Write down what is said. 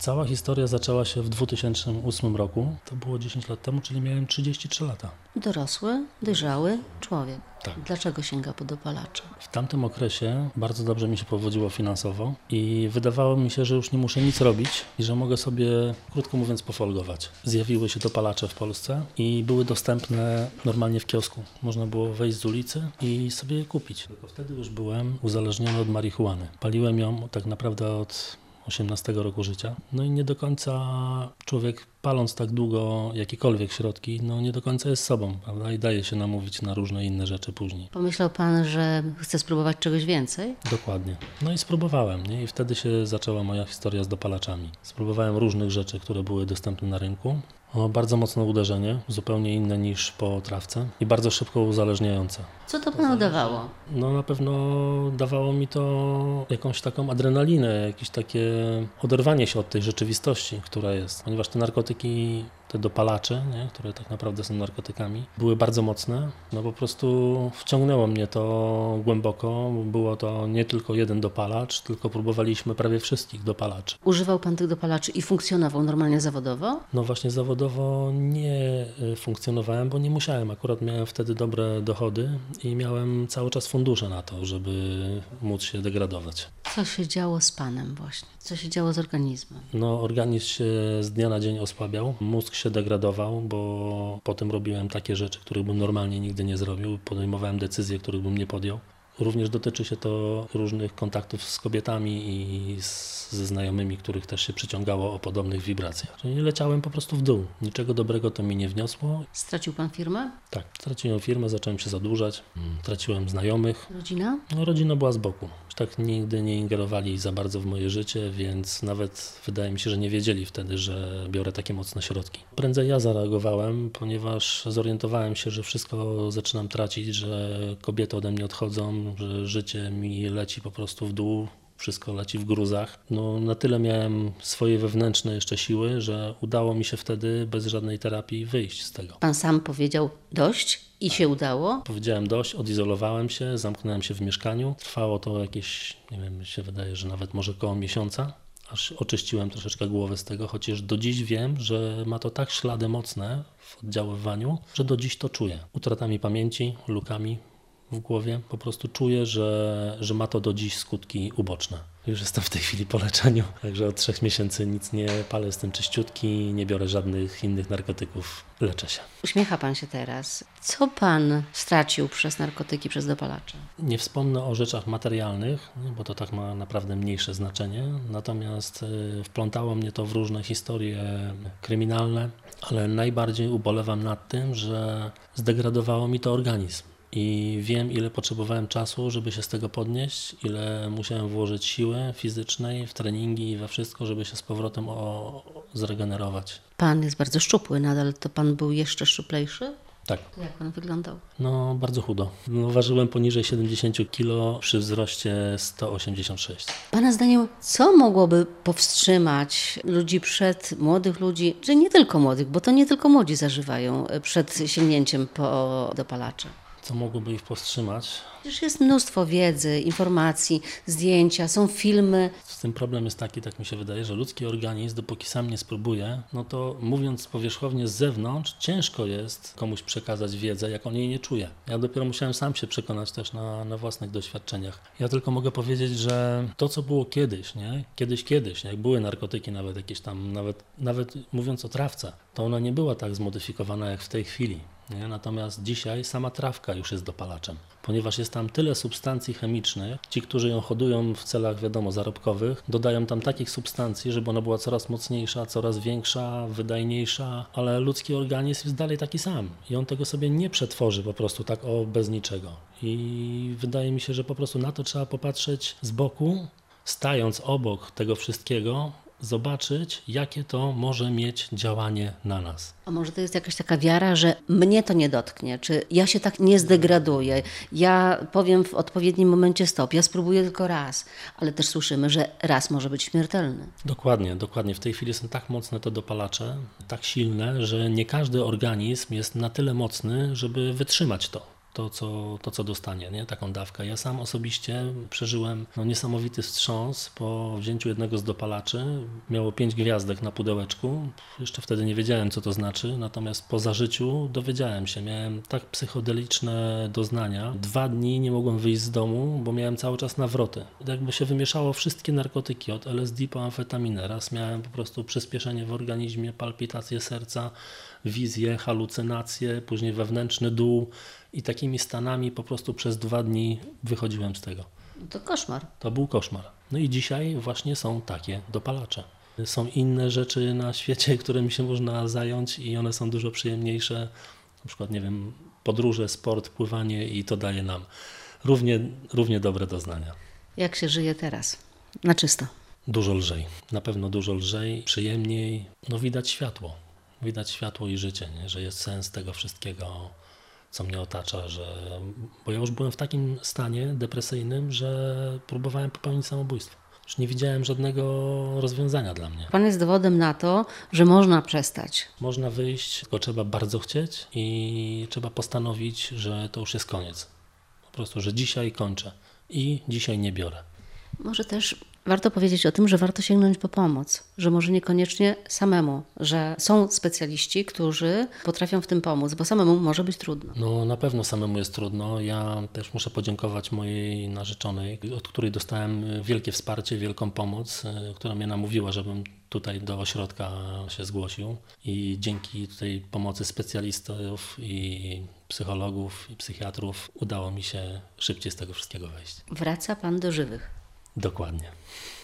Cała historia zaczęła się w 2008 roku. To było 10 lat temu, czyli miałem 33 lata. Dorosły, dojrzały człowiek. Tak. Dlaczego sięga po dopalacza? W tamtym okresie bardzo dobrze mi się powodziło finansowo i wydawało mi się, że już nie muszę nic robić i że mogę sobie, krótko mówiąc, pofolgować. Zjawiły się dopalacze w Polsce i były dostępne normalnie w kiosku. Można było wejść z ulicy i sobie je kupić. Tylko wtedy już byłem uzależniony od marihuany. Paliłem ją tak naprawdę od 18 roku życia. No i nie do końca człowiek, paląc tak długo jakiekolwiek środki, no nie do końca jest sobą, prawda? I daje się namówić na różne inne rzeczy później. Pomyślał pan, że chce spróbować czegoś więcej? Dokładnie. No i spróbowałem, nie? I wtedy się zaczęła moja historia z dopalaczami. Spróbowałem różnych rzeczy, które były dostępne na rynku. Bardzo mocne uderzenie, zupełnie inne niż po trawce i bardzo szybko uzależniające. Co to panu dawało? No na pewno dawało mi to jakąś taką adrenalinę, jakieś takie oderwanie się od tej rzeczywistości, która jest. Ponieważ te narkotyki, te dopalacze, nie, które tak naprawdę są narkotykami, były bardzo mocne. No po prostu wciągnęło mnie to głęboko. Było to nie tylko jeden dopalacz, tylko próbowaliśmy prawie wszystkich dopalaczy. Używał pan tych dopalaczy i funkcjonował normalnie zawodowo? No właśnie zawodowo nie funkcjonowałem, bo nie musiałem. Akurat miałem wtedy dobre dochody i miałem cały czas fundusze na to, żeby móc się degradować. Co się działo z panem właśnie? Co się działo z organizmem? No organizm się z dnia na dzień osłabiał, mózg się degradował, bo potem robiłem takie rzeczy, których bym normalnie nigdy nie zrobił, podejmowałem decyzje, których bym nie podjął. Również dotyczy się to różnych kontaktów z kobietami i ze znajomymi, których też się przyciągało o podobnych wibracjach. Czyli leciałem po prostu w dół. Niczego dobrego to mi nie wniosło. Stracił pan firmę? Tak, straciłem firmę, zacząłem się zadłużać, traciłem znajomych. Rodzina? No, rodzina była z boku. Tak nigdy nie ingerowali za bardzo w moje życie, więc nawet wydaje mi się, że nie wiedzieli wtedy, że biorę takie mocne środki. Prędzej ja zareagowałem, ponieważ zorientowałem się, że wszystko zaczynam tracić, że kobiety ode mnie odchodzą, że życie mi leci po prostu w dół. Wszystko leci w gruzach. No, na tyle miałem swoje wewnętrzne jeszcze siły, że udało mi się wtedy bez żadnej terapii wyjść z tego. Pan sam powiedział dość i się udało? Powiedziałem dość, odizolowałem się, zamknąłem się w mieszkaniu. Trwało to jakieś, nie wiem, mi się wydaje, że nawet może koło miesiąca, aż oczyściłem troszeczkę głowę z tego, chociaż do dziś wiem, że ma to tak ślady mocne w oddziaływaniu, że do dziś to czuję. Utratami pamięci, lukami w głowie. Po prostu czuję, że ma to do dziś skutki uboczne. Już jestem w tej chwili po leczeniu, także od 3 miesięcy nic nie palę, jestem czyściutki, nie biorę żadnych innych narkotyków, leczę się. Uśmiecha pan się teraz. Co pan stracił przez narkotyki, przez dopalacze? Nie wspomnę o rzeczach materialnych, bo to tak ma naprawdę mniejsze znaczenie, natomiast wplątało mnie to w różne historie kryminalne, ale najbardziej ubolewam nad tym, że zdegradowało mi to organizm. I wiem, ile potrzebowałem czasu, żeby się z tego podnieść, ile musiałem włożyć siły fizycznej w treningi i we wszystko, żeby się z powrotem zregenerować. Pan jest bardzo szczupły nadal, to pan był jeszcze szczuplejszy? Tak. To jak pan wyglądał? No, bardzo chudo. No, ważyłem poniżej 70 kg przy wzroście 186. Pana zdaniem, co mogłoby powstrzymać ludzi młodych ludzi, czy nie tylko młodych, bo to nie tylko młodzi zażywają, przed sięgnięciem po dopalacze? Co mogłoby ich powstrzymać? Przecież jest mnóstwo wiedzy, informacji, zdjęcia, są filmy. Z tym problem jest taki, tak mi się wydaje, że ludzki organizm, dopóki sam nie spróbuje, no to mówiąc powierzchownie z zewnątrz, ciężko jest komuś przekazać wiedzę, jak on jej nie czuje. Ja dopiero musiałem sam się przekonać też na własnych doświadczeniach. Ja tylko mogę powiedzieć, że to, co było kiedyś, nie? Kiedyś, jak były narkotyki nawet jakieś tam, nawet mówiąc o trawce, to ona nie była tak zmodyfikowana jak w tej chwili. Nie? Natomiast dzisiaj sama trawka już jest dopalaczem, ponieważ jest tam tyle substancji chemicznych. Ci, którzy ją hodują w celach, wiadomo, zarobkowych, dodają tam takich substancji, żeby ona była coraz mocniejsza, coraz większa, wydajniejsza, ale ludzki organizm jest dalej taki sam i on tego sobie nie przetworzy po prostu tak bez niczego. I wydaje mi się, że po prostu na to trzeba popatrzeć z boku, stając obok tego wszystkiego, zobaczyć, jakie to może mieć działanie na nas. A może to jest jakaś taka wiara, że mnie to nie dotknie, czy ja się tak nie zdegraduję, ja powiem w odpowiednim momencie stop, ja spróbuję tylko raz, ale też słyszymy, że raz może być śmiertelny. Dokładnie. W tej chwili są tak mocne te dopalacze, tak silne, że nie każdy organizm jest na tyle mocny, żeby wytrzymać to. to, co dostanie, nie? Taką dawkę. Ja sam osobiście przeżyłem niesamowity wstrząs po wzięciu jednego z dopalaczy. Miało 5 gwiazdek na pudełeczku. Jeszcze wtedy nie wiedziałem, co to znaczy, natomiast po zażyciu dowiedziałem się. Miałem tak psychodeliczne doznania. 2 dni nie mogłem wyjść z domu, bo miałem cały czas nawroty. Jakby się wymieszało wszystkie narkotyki, od LSD po amfetaminę. Raz miałem po prostu przyspieszenie w organizmie, palpitacje serca, wizje, halucynacje, później wewnętrzny dół i takimi stanami po prostu przez 2 dni wychodziłem z tego. To koszmar. To był koszmar. No i dzisiaj właśnie są takie dopalacze. Są inne rzeczy na świecie, którymi się można zająć i one są dużo przyjemniejsze. Na przykład, nie wiem, podróże, sport, pływanie i to daje nam równie dobre doznania. Jak się żyje teraz? Na czysto. Dużo lżej. Na pewno dużo lżej, przyjemniej. Widać światło. Widać światło i życie, nie? Że jest sens tego wszystkiego, co mnie otacza, bo ja już byłem w takim stanie depresyjnym, że próbowałem popełnić samobójstwo. Już nie widziałem żadnego rozwiązania dla mnie. Pan jest dowodem na to, że można przestać. Można wyjść, tylko trzeba bardzo chcieć i trzeba postanowić, że to już jest koniec. Po prostu, że dzisiaj kończę i dzisiaj nie biorę. Może też warto powiedzieć o tym, że warto sięgnąć po pomoc, że może niekoniecznie samemu, że są specjaliści, którzy potrafią w tym pomóc, bo samemu może być trudno. Na pewno samemu jest trudno. Ja też muszę podziękować mojej narzeczonej, od której dostałem wielkie wsparcie, wielką pomoc, która mnie namówiła, żebym tutaj do ośrodka się zgłosił i dzięki tej pomocy specjalistów i psychologów i psychiatrów udało mi się szybciej z tego wszystkiego wejść. Wraca pan do żywych. Dokładnie.